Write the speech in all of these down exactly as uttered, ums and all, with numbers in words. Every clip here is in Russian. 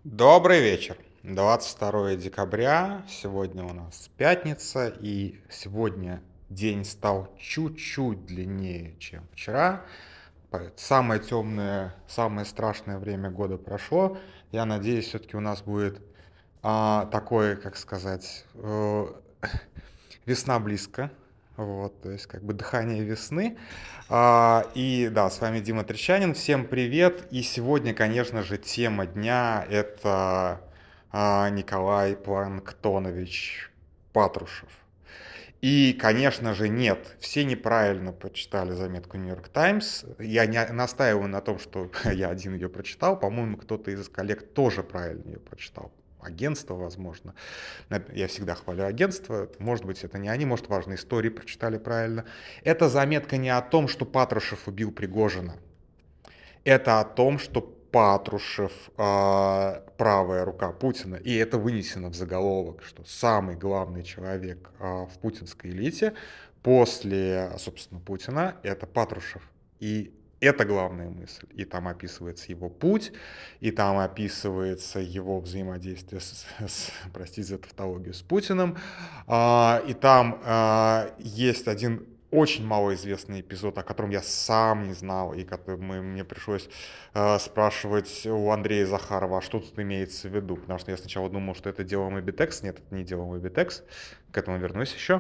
Добрый вечер. двадцать второе декабря, сегодня у нас пятница, и сегодня день стал чуть-чуть длиннее, чем вчера. По- Самое темное, самое страшное время года прошло. Я надеюсь, все-таки у нас будет а, такое, как сказать, э, весна близко. Вот, то есть как бы дыхание весны. А, и да, с вами Дима Трещанин. Всем привет. И сегодня, конечно же, тема дня это а, Николай Планктонович Патрушев. И, конечно же, нет, все неправильно прочитали заметку Нью-Йорк Таймс. Я не настаиваю на том, что я один ее прочитал. По-моему, кто-то из коллег тоже правильно ее прочитал. Агентство, возможно. Я всегда хвалю агентство. Может быть, это не они, может, важные истории прочитали правильно. Эта заметка не о том, что Патрушев убил Пригожина. Это о том, что Патрушев э, правая рука Путина, и это вынесено в заголовок, что самый главный человек э, в путинской элите после, собственно, Путина это Патрушев. И это главная мысль. И там описывается его путь, и там описывается его взаимодействие с, с простите за тавтологию, с Путиным. А, и там а, есть один очень малоизвестный эпизод, о котором я сам не знал, и который мы, мне пришлось э, спрашивать у Андрея Захарова, а что тут имеется в виду, потому что я сначала думал, что это дело Мобитекс, нет, это не дело Мобитекс, к этому вернусь еще.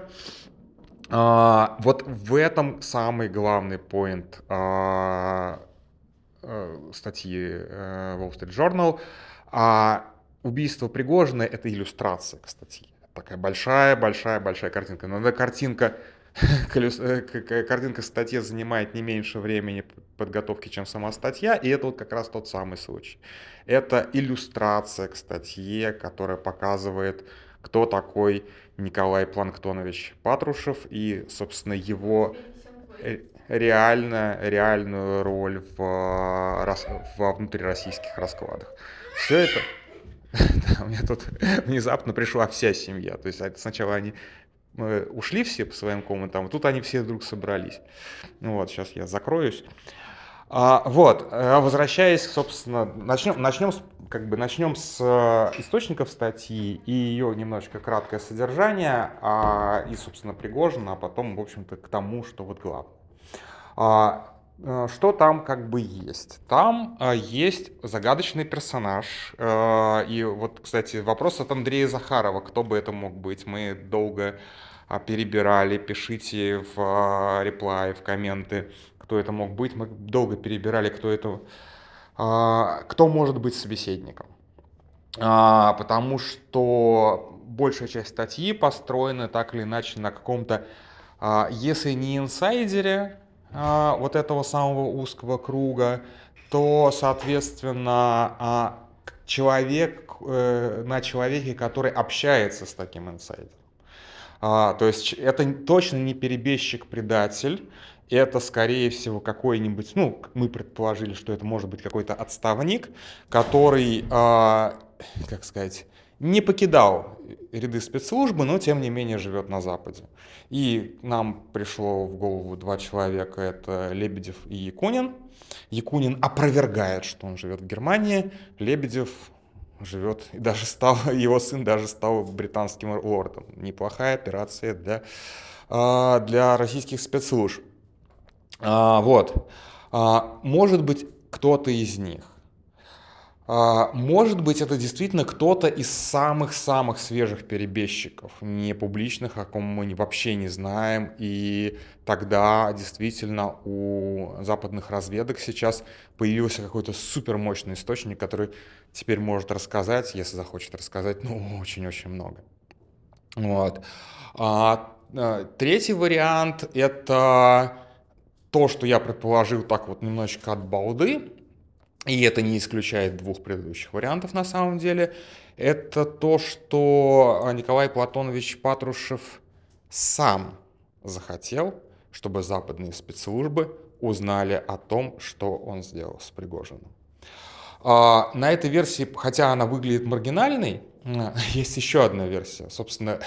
А, вот в этом самый главный поинт а, а, статьи а, Wall Street Journal. А убийство Пригожина — это иллюстрация к статье. Такая большая-большая-большая картинка. Но эта картинка, картинка статьи занимает не меньше времени подготовки, чем сама статья, и это вот как раз тот самый случай. Это иллюстрация к статье, которая показывает, кто такой Николай Планктонович Патрушев и, собственно, его реально, реальную роль в, во внутрироссийских раскладах. Все это... Да, у меня тут внезапно пришла вся семья. То есть сначала они ушли все по своим комнатам, а тут они все вдруг собрались. Ну вот, сейчас я закроюсь. А, вот, возвращаясь, собственно, начнем, начнем, с, как бы, начнем с источников статьи и ее немножечко краткое содержание, а, и, собственно, Пригожина, а потом, в общем-то, к тому, что вот главное. А, что там как бы есть? Там а, есть загадочный персонаж. А, и вот, кстати, вопрос от Андрея Захарова, кто бы это мог быть. Мы долго а, перебирали, пишите в а, реплай, в комменты, кто это мог быть. Мы долго перебирали, кто это, а, кто может быть собеседником. А, потому что большая часть статьи построена так или иначе на каком-то, а, если не инсайдере, вот этого самого узкого круга, то, соответственно, человек на человеке, который общается с таким инсайдером. То есть это точно не перебежчик-предатель, это, скорее всего, какой-нибудь, ну, мы предположили, что это может быть какой-то отставник, который, как сказать, не покидал ряды спецслужбы, но тем не менее живет на Западе. И нам пришло в голову два человека, это Лебедев и Якунин. Якунин опровергает, что он живет в Германии, Лебедев живет, и даже стал, его сын даже стал британским лордом. Неплохая операция для, для российских спецслужб. Вот. Может быть, кто-то из них. Может быть, это действительно кто-то из самых-самых свежих перебежчиков, не публичных, о ком мы вообще не знаем, и тогда действительно у западных разведок сейчас появился какой-то супермощный источник, который теперь может рассказать, если захочет рассказать, ну, очень-очень много. Вот. А, третий вариант — это то, что я предположил так вот немножечко от балды, и это не исключает двух предыдущих вариантов на самом деле, это то, что Николай Платонович Патрушев сам захотел, чтобы западные спецслужбы узнали о том, что он сделал с Пригожиным. На этой версии, хотя она выглядит маргинальной, есть еще одна версия. Собственно,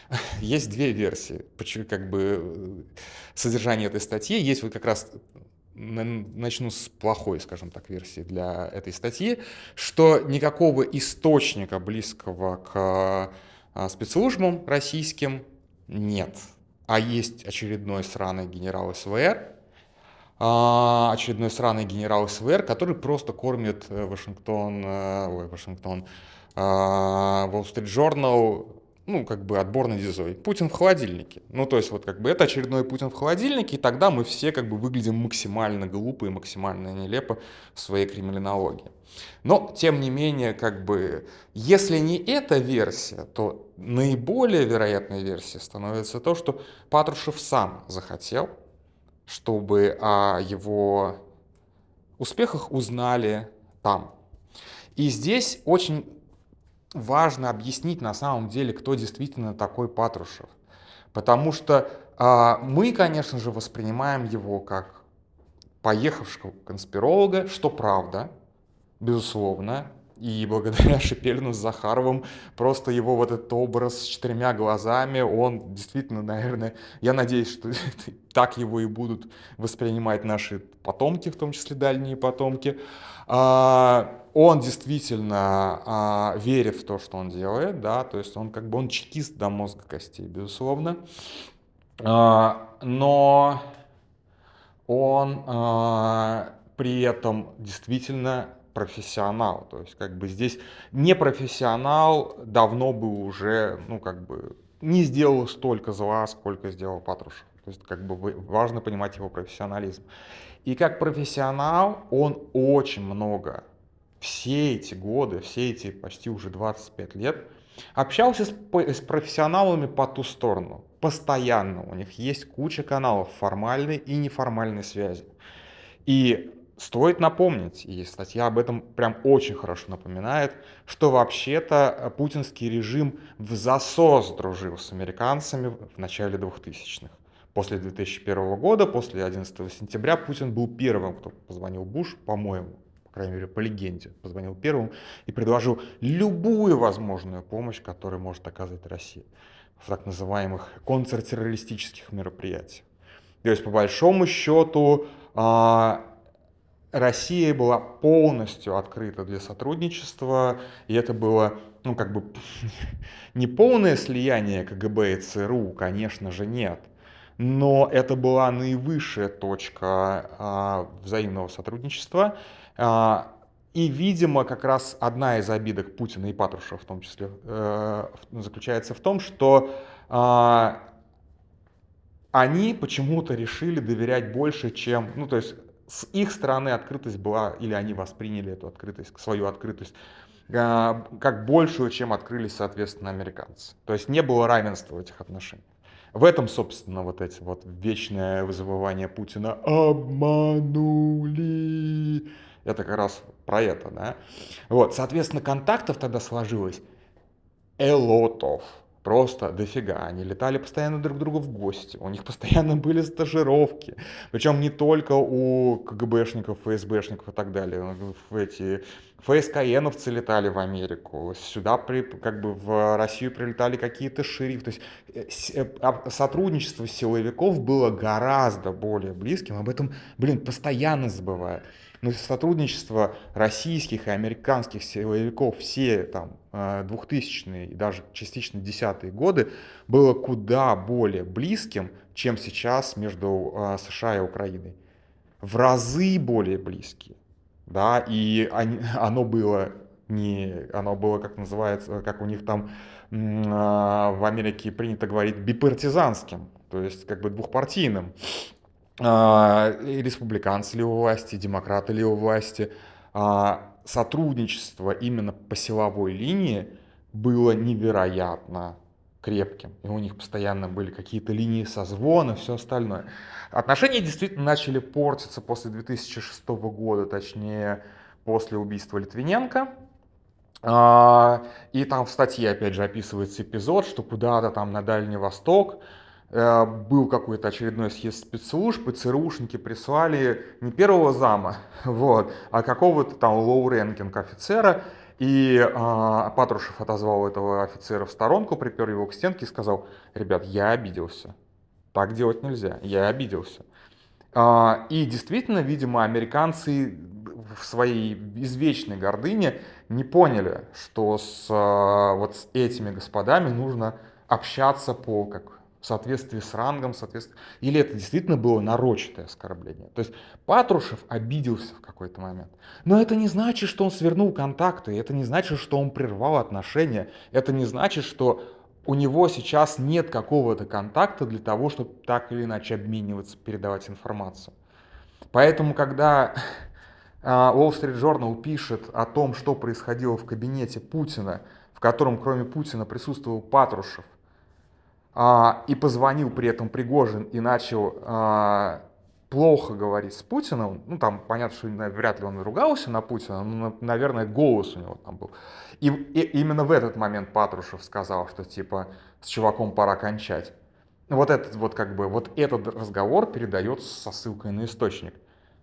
есть две версии, как бы содержание этой статьи. Есть вот как раз начну с плохой, скажем так, версии для этой статьи, что никакого источника, близкого к а, спецслужбам российским, нет. А есть очередной сраный генерал СВР, а, очередной сраный генерал СВР, который просто кормит э, Вашингтон, э, ой, Вашингтон, а, Wall Street Journal, ну, как бы отборной дезой. Путин в холодильнике. Ну, то есть, вот как бы это очередной Путин в холодильнике, и тогда мы все как бы выглядим максимально глупо и максимально нелепо в своей криминологии. Но, тем не менее, как бы, если не эта версия, то наиболее вероятной версией становится то, что Патрушев сам захотел, чтобы о его успехах узнали там. И здесь очень важно объяснить на самом деле, кто действительно такой Патрушев. Потому что а, мы, конечно же, воспринимаем его как поехавшего конспиролога, что правда, безусловно. И благодаря Шепелину с Захаровым просто его вот этот образ с четырьмя глазами, он действительно, наверное, я надеюсь, что так его и будут воспринимать наши потомки, в том числе дальние потомки. Он действительно верит в то, что он делает, да, то есть он как бы он чекист до мозга костей, безусловно. Но он при этом действительно профессионал, то есть как бы здесь не профессионал давно бы уже, ну как бы не сделал столько зла, сколько сделал Патрушев. То есть как бы важно понимать его профессионализм. И как профессионал он очень много, все эти годы, все эти почти уже двадцать пять лет общался с, с профессионалами по ту сторону. Постоянно у них есть куча каналов формальной и неформальной связи. И стоит напомнить, и статья об этом прям очень хорошо напоминает, что вообще-то путинский режим взасос дружил с американцами в начале двухтысячных. После две тысячи первого года, после одиннадцатого сентября, Путин был первым, кто позвонил Бушу, по-моему, по крайней мере, по легенде, позвонил первым и предложил любую возможную помощь, которую может оказать Россия в так называемых контртеррористических мероприятиях. То есть, по большому счету, Россия была полностью открыта для сотрудничества, и это было, ну, как бы, не полное слияние КГБ и ЦРУ, конечно же, нет. Но это была наивысшая точка а, взаимного сотрудничества. А, и, видимо, как раз одна из обидок Путина и Патрушева в том числе э, заключается в том, что а, они почему-то решили доверять больше, чем... Ну, то есть с их стороны открытость была, или они восприняли эту открытость, свою открытость, э, как большую, чем открылись, соответственно, американцы. То есть не было равенства в этих отношениях. В этом, собственно, вот эти вот вечное вызывание Путина «обманули». Это как раз про это, да. Вот, соответственно, контактов тогда сложилось a lot of. Просто дофига. Они летали постоянно друг к другу в гости. У них постоянно были стажировки. Причем не только у КГБшников, ФСБшников и так далее. Эти ФСКНовцы летали в Америку. Сюда при, как бы в Россию прилетали какие-то шерифы. То есть сотрудничество силовиков было гораздо более близким. Об этом, блин, постоянно забывают. Но сотрудничество российских и американских силовиков все там двухтысячные и даже частично десятые годы было куда более близким, чем сейчас между США и Украиной. В разы более близкие. Да, и они, оно было не, оно было, как называется, как у них там в Америке принято говорить, бипартизанским, то есть как бы двухпартийным. Республиканцы ли у власти, демократы ли у власти, сотрудничество именно по силовой линии было невероятно крепким. И у них постоянно были какие-то линии созвона и все остальное. Отношения действительно начали портиться после две тысячи шестого года, точнее, после убийства Литвиненко. И там в статье, опять же, описывается эпизод, что куда-то там на Дальний Восток был какой-то очередной съезд спецслужб, и ЦРУшники прислали не первого зама, вот, а какого-то там лоу-рэнкинг офицера, и а, Патрушев отозвал этого офицера в сторонку, припер его к стенке и сказал: ребят, я обиделся, так делать нельзя, я обиделся. А, И действительно, видимо, американцы в своей извечной гордыне не поняли, что с а, вот с этими господами нужно общаться по как в соответствии с рангом, соответственно, или это действительно было нарочитое оскорбление. То есть Патрушев обиделся в какой-то момент. Но это не значит, что он свернул контакты, это не значит, что он прервал отношения, это не значит, что у него сейчас нет какого-то контакта для того, чтобы так или иначе обмениваться, передавать информацию. Поэтому, когда а, Wall Street Journal пишет о том, что происходило в кабинете Путина, в котором кроме Путина присутствовал Патрушев, а, и позвонил при этом Пригожин и начал а, плохо говорить с Путиным, ну там понятно, что вряд ли он ругался на Путина, но, наверное, голос у него там был. И, и именно в этот момент Патрушев сказал, что типа с чуваком пора кончать. Вот этот вот как бы, вот этот разговор передается со ссылкой на источник.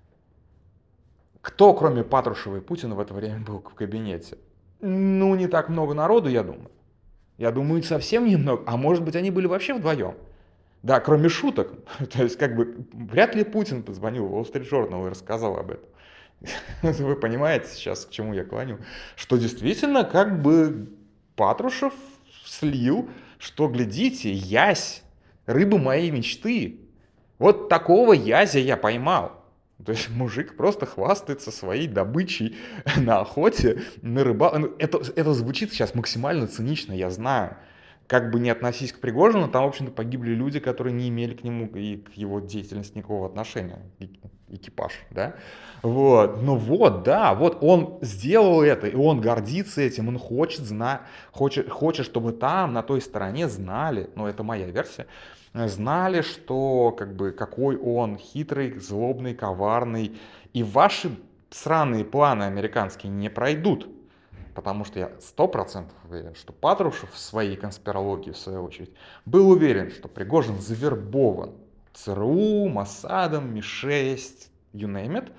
Кто, кроме Патрушева и Путина, в это время был в кабинете? Ну, не так много народу, я думаю. Я думаю, совсем немного. А может быть, они были вообще вдвоем? Да, кроме шуток. То есть, как бы, вряд ли Путин позвонил в Wall Street Journal и рассказал об этом. Вы понимаете сейчас, к чему я клоню? Что действительно, как бы, Патрушев слил, что, глядите, ясь, рыба моей мечты. Вот такого язя я поймал. То есть мужик просто хвастается своей добычей на охоте, на рыбалке. Это, это звучит сейчас максимально цинично, я знаю. Как бы не относись к Пригожину, там, в общем-то, погибли люди, которые не имели к нему и к его деятельности никакого отношения. Экипаж, да? Вот. Ну вот, да, вот он сделал это, и он гордится этим, он хочет знать, хочет, хочет, чтобы там, на той стороне знали, ну это моя версия, знали, что как бы какой он хитрый, злобный, коварный, и ваши сраные планы американские не пройдут. Потому что я сто процентов уверен, что Патрушев в своей конспирологии, в свою очередь, был уверен, что Пригожин завербован ЦРУ, Моссадом, Ми шесть, you name it,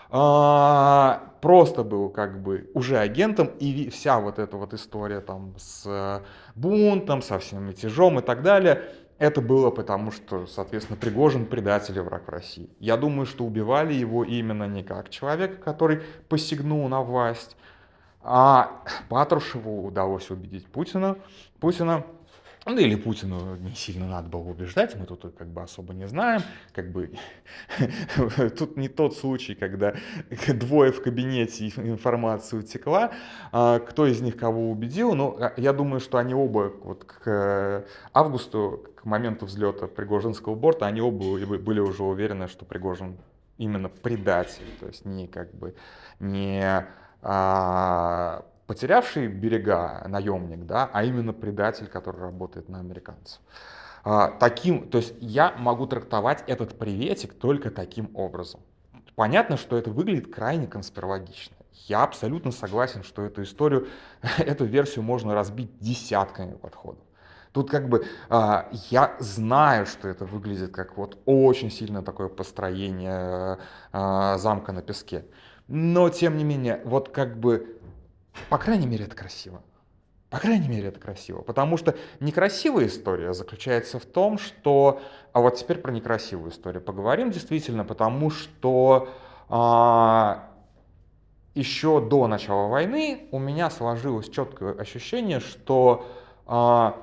а, просто был как бы уже агентом, и вся вот эта вот история там с бунтом, со всем мятежом и так далее, это было потому, что, соответственно, Пригожин предатель и враг России. Я думаю, что убивали его именно не как человека, который посягнул на власть, а Патрушеву удалось убедить Путина, Путина, ну или Путину не сильно надо было убеждать, мы тут как бы особо не знаем, как бы тут не тот случай, когда двое в кабинете информация утекла, кто из них кого убедил, но я думаю, что они оба вот к августу, к моменту взлета Пригожинского борта, они оба были уже уверены, что Пригожин именно предатель, то есть не как бы не а, потерявший берега наемник, да, а именно предатель, который работает на американцев. А, таким, то есть я могу трактовать этот приветик только таким образом. Понятно, что это выглядит крайне конспирологично. Я абсолютно согласен, что эту историю, эту версию можно разбить десятками подходов. Тут как бы а, я знаю, что это выглядит как вот очень сильно такое построение а, замка на песке. Но, тем не менее, вот как бы, по крайней мере, это красиво. По крайней мере, это красиво. Потому что некрасивая история заключается в том, что... А вот теперь про некрасивую историю поговорим действительно, потому что а, еще до начала войны у меня сложилось четкое ощущение, что а,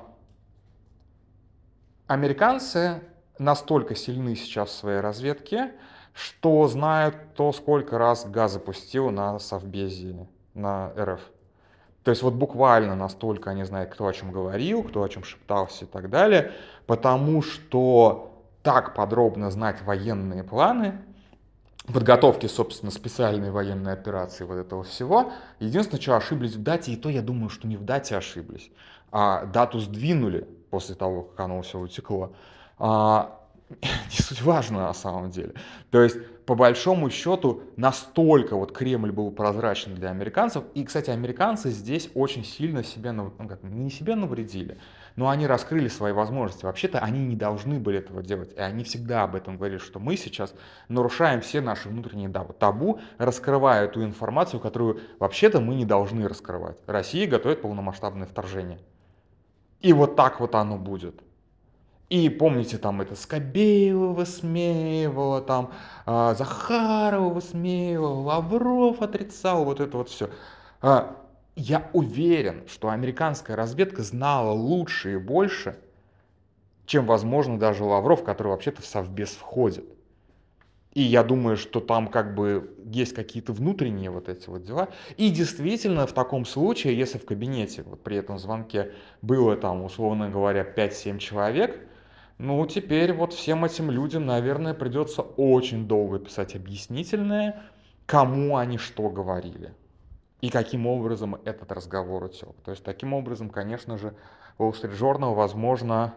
американцы настолько сильны сейчас в своей разведке, что знают то, сколько раз газ запустил на Совбезе, на эр эф. То есть вот буквально настолько они знают, кто о чем говорил, кто о чем шептался и так далее, потому что так подробно знать военные планы, подготовки, собственно, специальной военной операции, вот этого всего. Единственное, что ошиблись в дате, и то я думаю, что не в дате ошиблись, а дату сдвинули после того, как оно все утекло. А, не суть важно на самом деле. То есть, по большому счету, настолько вот Кремль был прозрачен для американцев. И, кстати, американцы здесь очень сильно себе, ну, как, не себе навредили, но они раскрыли свои возможности. Вообще-то они не должны были этого делать. И они всегда об этом говорили, что мы сейчас нарушаем все наши внутренние табу, раскрывая ту информацию, которую вообще-то мы не должны раскрывать. Россия готовит полномасштабное вторжение. И вот так вот оно будет. И помните, там это Скобеева высмеивала, там а, Захарова высмеивала, Лавров отрицал, вот это вот все. А, я уверен, что американская разведка знала лучше и больше, чем, возможно, даже Лавров, который вообще-то в Совбез входит. И я думаю, что там как бы есть какие-то внутренние вот эти вот дела. И действительно, в таком случае, если в кабинете вот при этом звонке было там, условно говоря, пять-семь человек, ну, теперь вот всем этим людям, наверное, придется очень долго писать объяснительное, кому они что говорили. И каким образом этот разговор утек. То есть, таким образом, конечно же, Wall Street Journal, возможно,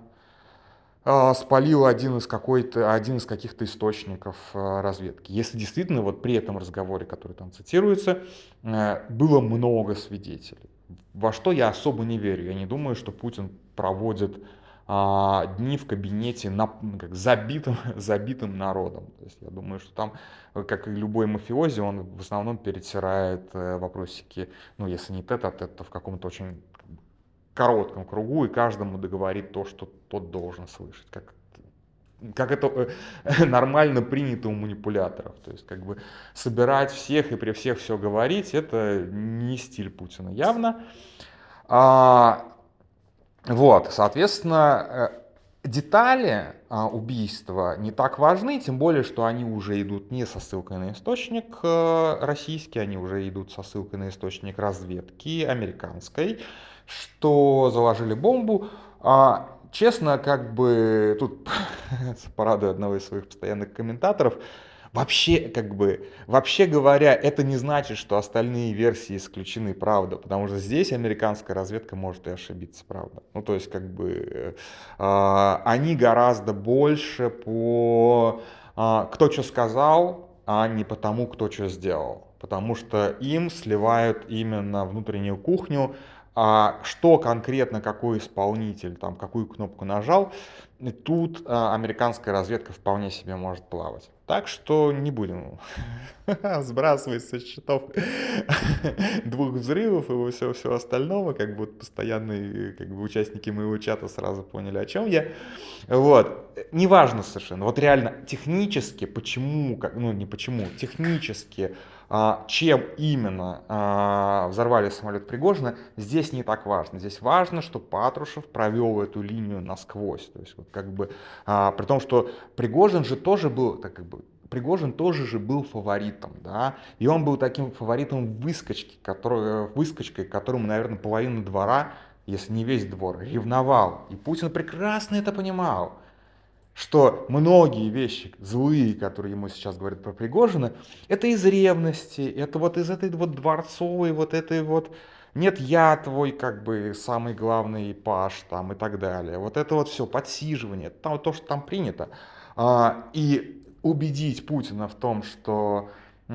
спалил один из, какой-то, один из каких-то источников разведки. Если действительно вот при этом разговоре, который там цитируется, было много свидетелей. Во что я особо не верю. Я не думаю, что Путин проводит а, дни в кабинете на, как, забитым, забитым народом. То есть я думаю, что там, как и любой мафиози, он в основном перетирает вопросики, ну, если не тет-а-тет, то в каком-то очень коротком кругу, и каждому договорит то, что тот должен слышать. Как, как это нормально принято у манипуляторов. То есть, как бы собирать всех и при всех все говорить, это не стиль Путина явно. А, вот, соответственно, детали а, убийства не так важны, тем более, что они уже идут не со ссылкой на источник а, российский, они уже идут со ссылкой на источник разведки американской, что заложили бомбу. А, честно, как бы тут порадую одного из своих постоянных комментаторов. Вообще, как бы, вообще говоря, это не значит, что остальные версии исключены, правда, потому что здесь американская разведка может и ошибиться, правда. Ну, то есть, как бы, э, они гораздо больше по э, кто что сказал, а не по тому, кто что сделал. Потому что им сливают именно внутреннюю кухню, а что конкретно какой исполнитель, там, какую кнопку нажал, тут а, американская разведка вполне себе может плавать. Так что не будем сбрасывать со счетов двух взрывов и всего, всего остального, как бы постоянные как бы, участники моего чата сразу поняли, о чем я. Вот. Неважно совершенно. Вот реально технически, почему, как, ну не почему, технически, а, чем именно а, взорвали самолет Пригожина, здесь не так важно. Здесь важно, что Патрушев провел эту линию насквозь. То есть, вот, как бы, а, при том, что Пригожин же тоже был, так, как бы, Пригожин тоже же был фаворитом, да, и он был таким фаворитом выскочки, который, выскочкой, которому, наверное, половина двора, если не весь двор, ревновал. И Путин прекрасно это понимал, что многие вещи злые, которые ему сейчас говорят про Пригожина, это из ревности, это вот из этой вот дворцовой, вот этой вот нет, я твой, как бы, самый главный паш, там, и так далее. Вот это вот все, подсиживание, это то, что там принято. А, и убедить Путина в том, что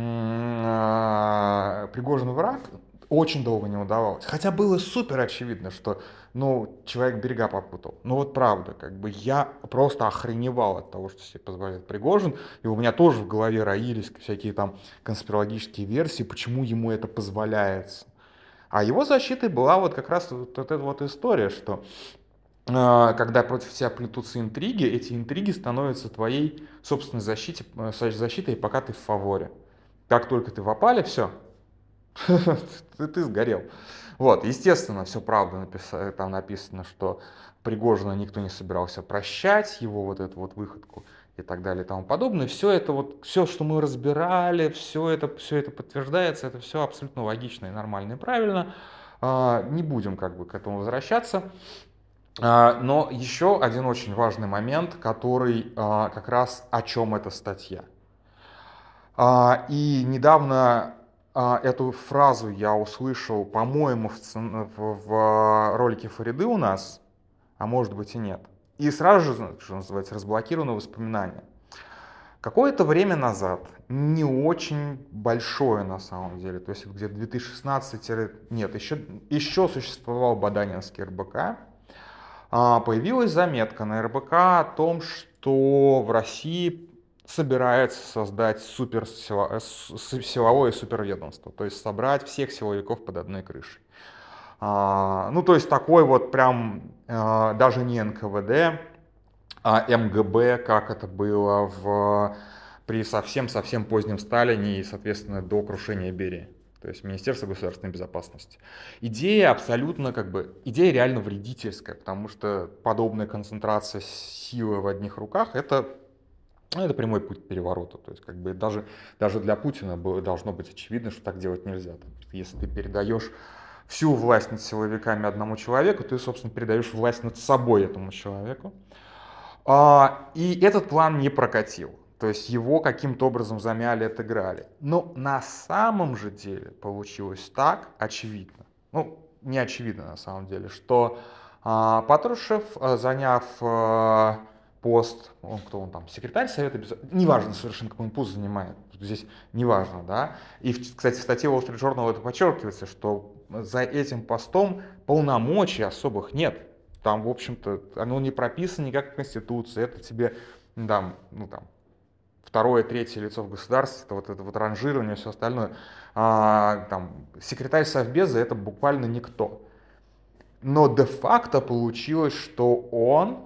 м, Пригожин враг, очень долго не удавалось. Хотя было супер очевидно, что, ну, человек берега попутал. Ну вот правда, как бы я просто охреневал от того, что себе позволяет Пригожин. И у меня тоже в голове роились всякие там конспирологические версии, почему ему это позволяется. А его защитой была вот как раз вот, вот эта вот история, что э, когда против тебя плетутся интриги, эти интриги становятся твоей собственной защите, защитой, пока ты в фаворе. Как только ты в опале, все, ты, ты сгорел. Вот, естественно, все правда написано, там написано, что Пригожина никто не собирался прощать, его вот эту вот выходку и так далее и тому подобное. Все это вот, все, что мы разбирали, все это, все это подтверждается, это все абсолютно логично и нормально и правильно. А, не будем как бы к этому возвращаться. А, но еще один очень важный момент, который а, как раз о чем эта статья. А, и недавно а, эту фразу я услышал, по-моему, в, в, в ролике Фариды у нас, а может быть и нет. И сразу же, что называется, разблокировано воспоминание. Какое-то время назад, не очень большое на самом деле, то есть где-то две тысячи шестнадцатый, нет, еще, еще существовал Баданинский эр бэ ка, появилась заметка на эр бэ ка о том, что в России собирается создать супер силовое суперведомство, то есть собрать всех силовиков под одной крышей. Ну, то есть такой вот прям, даже не эн ка вэ дэ, а МГБ, как это было в, при совсем-совсем позднем Сталине и, соответственно, до крушения Берии. То есть Министерство государственной безопасности. Идея абсолютно, как бы, идея реально вредительская, потому что подобная концентрация силы в одних руках, это, ну, это прямой путь к перевороту. То есть, как бы, даже, даже для Путина было, должно быть очевидно, что так делать нельзя. Если ты передаешь всю власть над силовиками одному человеку, ты, собственно, передаешь власть над собой этому человеку. А, и этот план не прокатил. То есть его каким-то образом замяли, отыграли. Но на самом же деле получилось так, очевидно, ну, не очевидно на самом деле, что а, Патрушев, а, заняв а, пост, он, кто он там, секретарь Совета Безопасности, неважно совершенно, какой он пост занимает, здесь неважно, да. И, кстати, в статье Wall Street Journal это подчеркивается, что за этим постом полномочий особых нет. Там, в общем-то, оно не прописано никак в Конституции. Это тебе, да, ну там, второе, третье лицо в государстве, это вот это вот ранжирование, все остальное. А, там, секретарь Совбеза это буквально никто. Но де-факто получилось, что он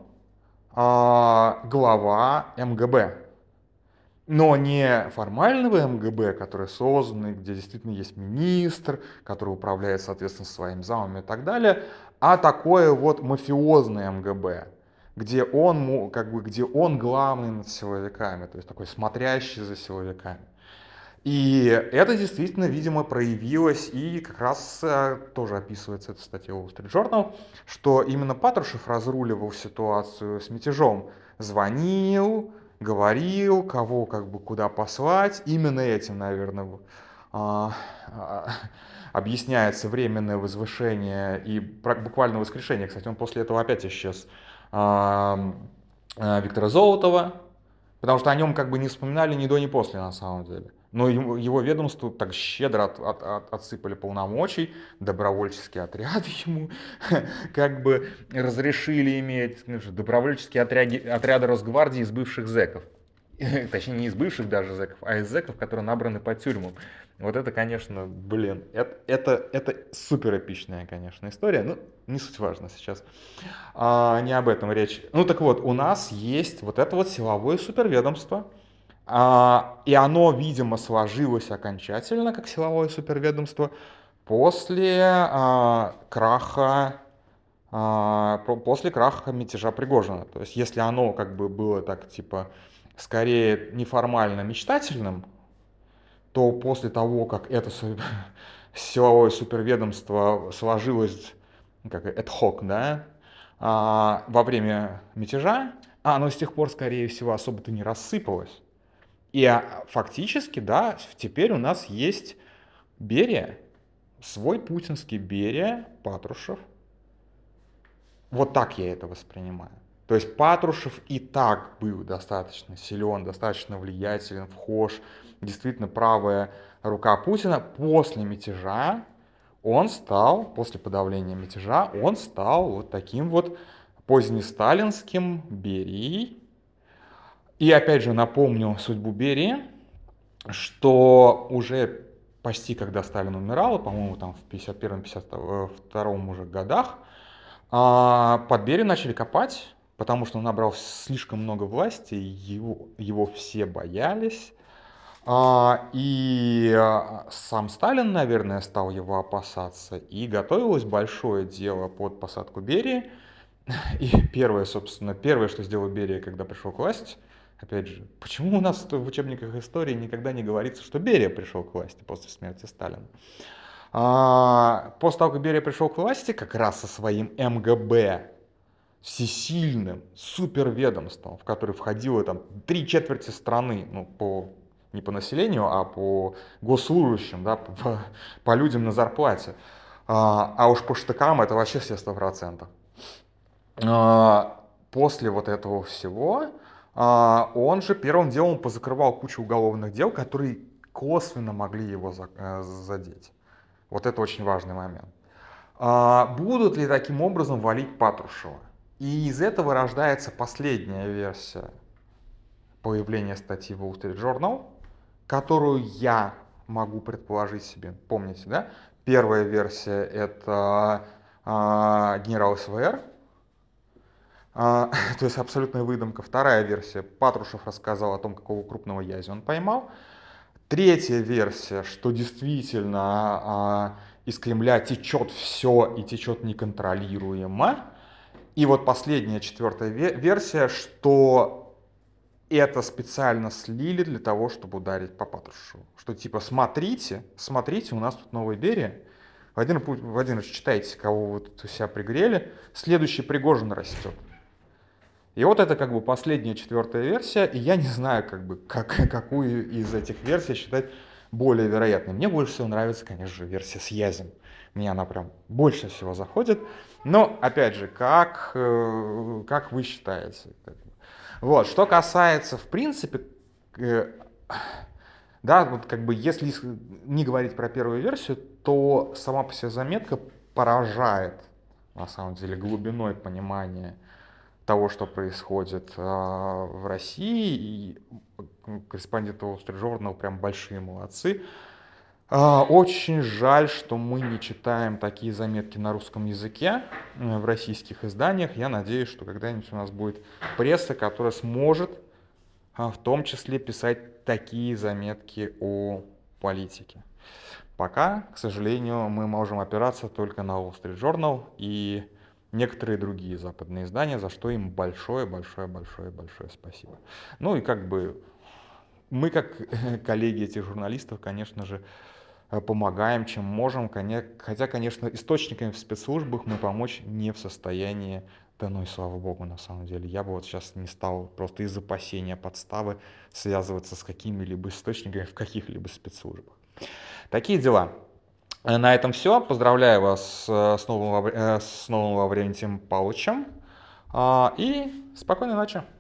а, глава МГБ. Но не формального МГБ, который создан, где действительно есть министр, который управляет, соответственно, своим замом и так далее, а такое вот мафиозное МГБ, где он, как бы, где он главный над силовиками, то есть такой смотрящий за силовиками. И это действительно, видимо, проявилось, и как раз э, тоже описывается эта статья Wall Street Journal, что именно Патрушев разруливал ситуацию с мятежом, звонил, говорил, кого как бы куда послать. Именно этим, наверное, а, а, объясняется временное возвышение и буквально воскрешение. Кстати, он после этого опять исчез. А, а, Виктора Золотова, потому что о нем как бы не вспоминали ни до, ни после на самом деле. Но его, его ведомству так щедро от, от, от, отсыпали полномочий, добровольческие отряды ему как бы разрешили иметь, добровольческие отряды, отряды Росгвардии из бывших зэков. Точнее, не из бывших даже зэков, а из зэков, которые набраны по тюрьмам. Вот это, конечно, блин, это, это, это супер эпичная, конечно, история, но не суть важно сейчас. А, не об этом речь. Ну так вот, у нас есть вот это вот силовое суперведомство, а, и оно, видимо, сложилось окончательно как силовое суперведомство после а, краха а, после краха мятежа Пригожина. То есть если оно как бы было так типа скорее неформально мечтательным, то после того, как это силовое суперведомство сложилось как ad hoc, да, а, во время мятежа, а оно с тех пор, скорее всего, особо-то не рассыпалось. И а, фактически, да, теперь у нас есть Берия, свой путинский Берия, Патрушев. Вот так я это воспринимаю. То есть Патрушев и так был достаточно силен, достаточно влиятелен, вхож, действительно правая рука Путина. После мятежа он стал, после подавления мятежа, он стал вот таким вот позднесталинским Берией. И опять же напомню судьбу Берии, что уже почти когда Сталин умирал, по-моему, там в пятьдесят первом пятьдесят втором уже годах, под Берию начали копать, потому что он набрал слишком много власти, его, его все боялись. И сам Сталин, наверное, стал его опасаться, и готовилось большое дело под посадку Берии. И первое, собственно, первое, что сделал Берия, когда пришел к власти, опять же, почему у нас в учебниках истории никогда не говорится, что Берия пришел к власти после смерти Сталина? А, после того, как Берия пришел к власти, как раз со своим МГБ, всесильным суперведомством, в которое входило там три четверти страны, ну, по, не по населению, а по госслужащим, да, по, по людям на зарплате. А, а уж по штыкам это вообще все сто процентов. А, после вот этого всего а, он же первым делом позакрывал кучу уголовных дел, которые косвенно могли его за, э, задеть. Вот это очень важный момент. А, будут ли таким образом валить Патрушева? И из этого рождается последняя версия появления статьи в Wall Street Journal, которую я могу предположить себе. Помните, да? Первая версия — это а, генерал СВР, А, то есть абсолютная выдумка. Вторая версия. Патрушев рассказал о том, какого крупного язя он поймал. Третья версия, что действительно а, из Кремля течет все и течет неконтролируемо. И вот последняя, четвертая версия, что это специально слили для того, чтобы ударить по Патрушеву. Что типа смотрите, смотрите, у нас тут новая Берия. Владимир Владимирович, читайте, кого вы тут у себя пригрели. Следующий Пригожин растет. И вот это как бы последняя, четвертая версия, и я не знаю, как бы, как, какую из этих версий считать более вероятной. Мне больше всего нравится, конечно же, версия с язем. Мне она прям больше всего заходит. Но, опять же, как, э, как вы считаете? Вот, что касается, в принципе, э, да, вот как бы, если не говорить про первую версию, то сама по себе заметка поражает, на самом деле, глубиной понимания того, что происходит э, в России, и корреспонденты Wall Street Journal прям большие молодцы. Э, очень жаль, что мы не читаем такие заметки на русском языке э, в российских изданиях. Я надеюсь, что когда-нибудь у нас будет пресса, которая сможет э, в том числе писать такие заметки о политике. Пока, к сожалению, мы можем опираться только на Wall Street Journal и некоторые другие западные издания, за что им большое-большое-большое-большое спасибо. Ну и как бы мы, как коллеги этих журналистов, конечно же, помогаем, чем можем, хотя, конечно, источниками в спецслужбах мы помочь не в состоянии, да ну и слава богу, на самом деле. Я бы вот сейчас не стал просто из опасения подставы связываться с какими-либо источниками в каких-либо спецслужбах. Такие дела. На этом все. Поздравляю вас с новым, с новым Лаврентием Павловичем. И спокойной ночи.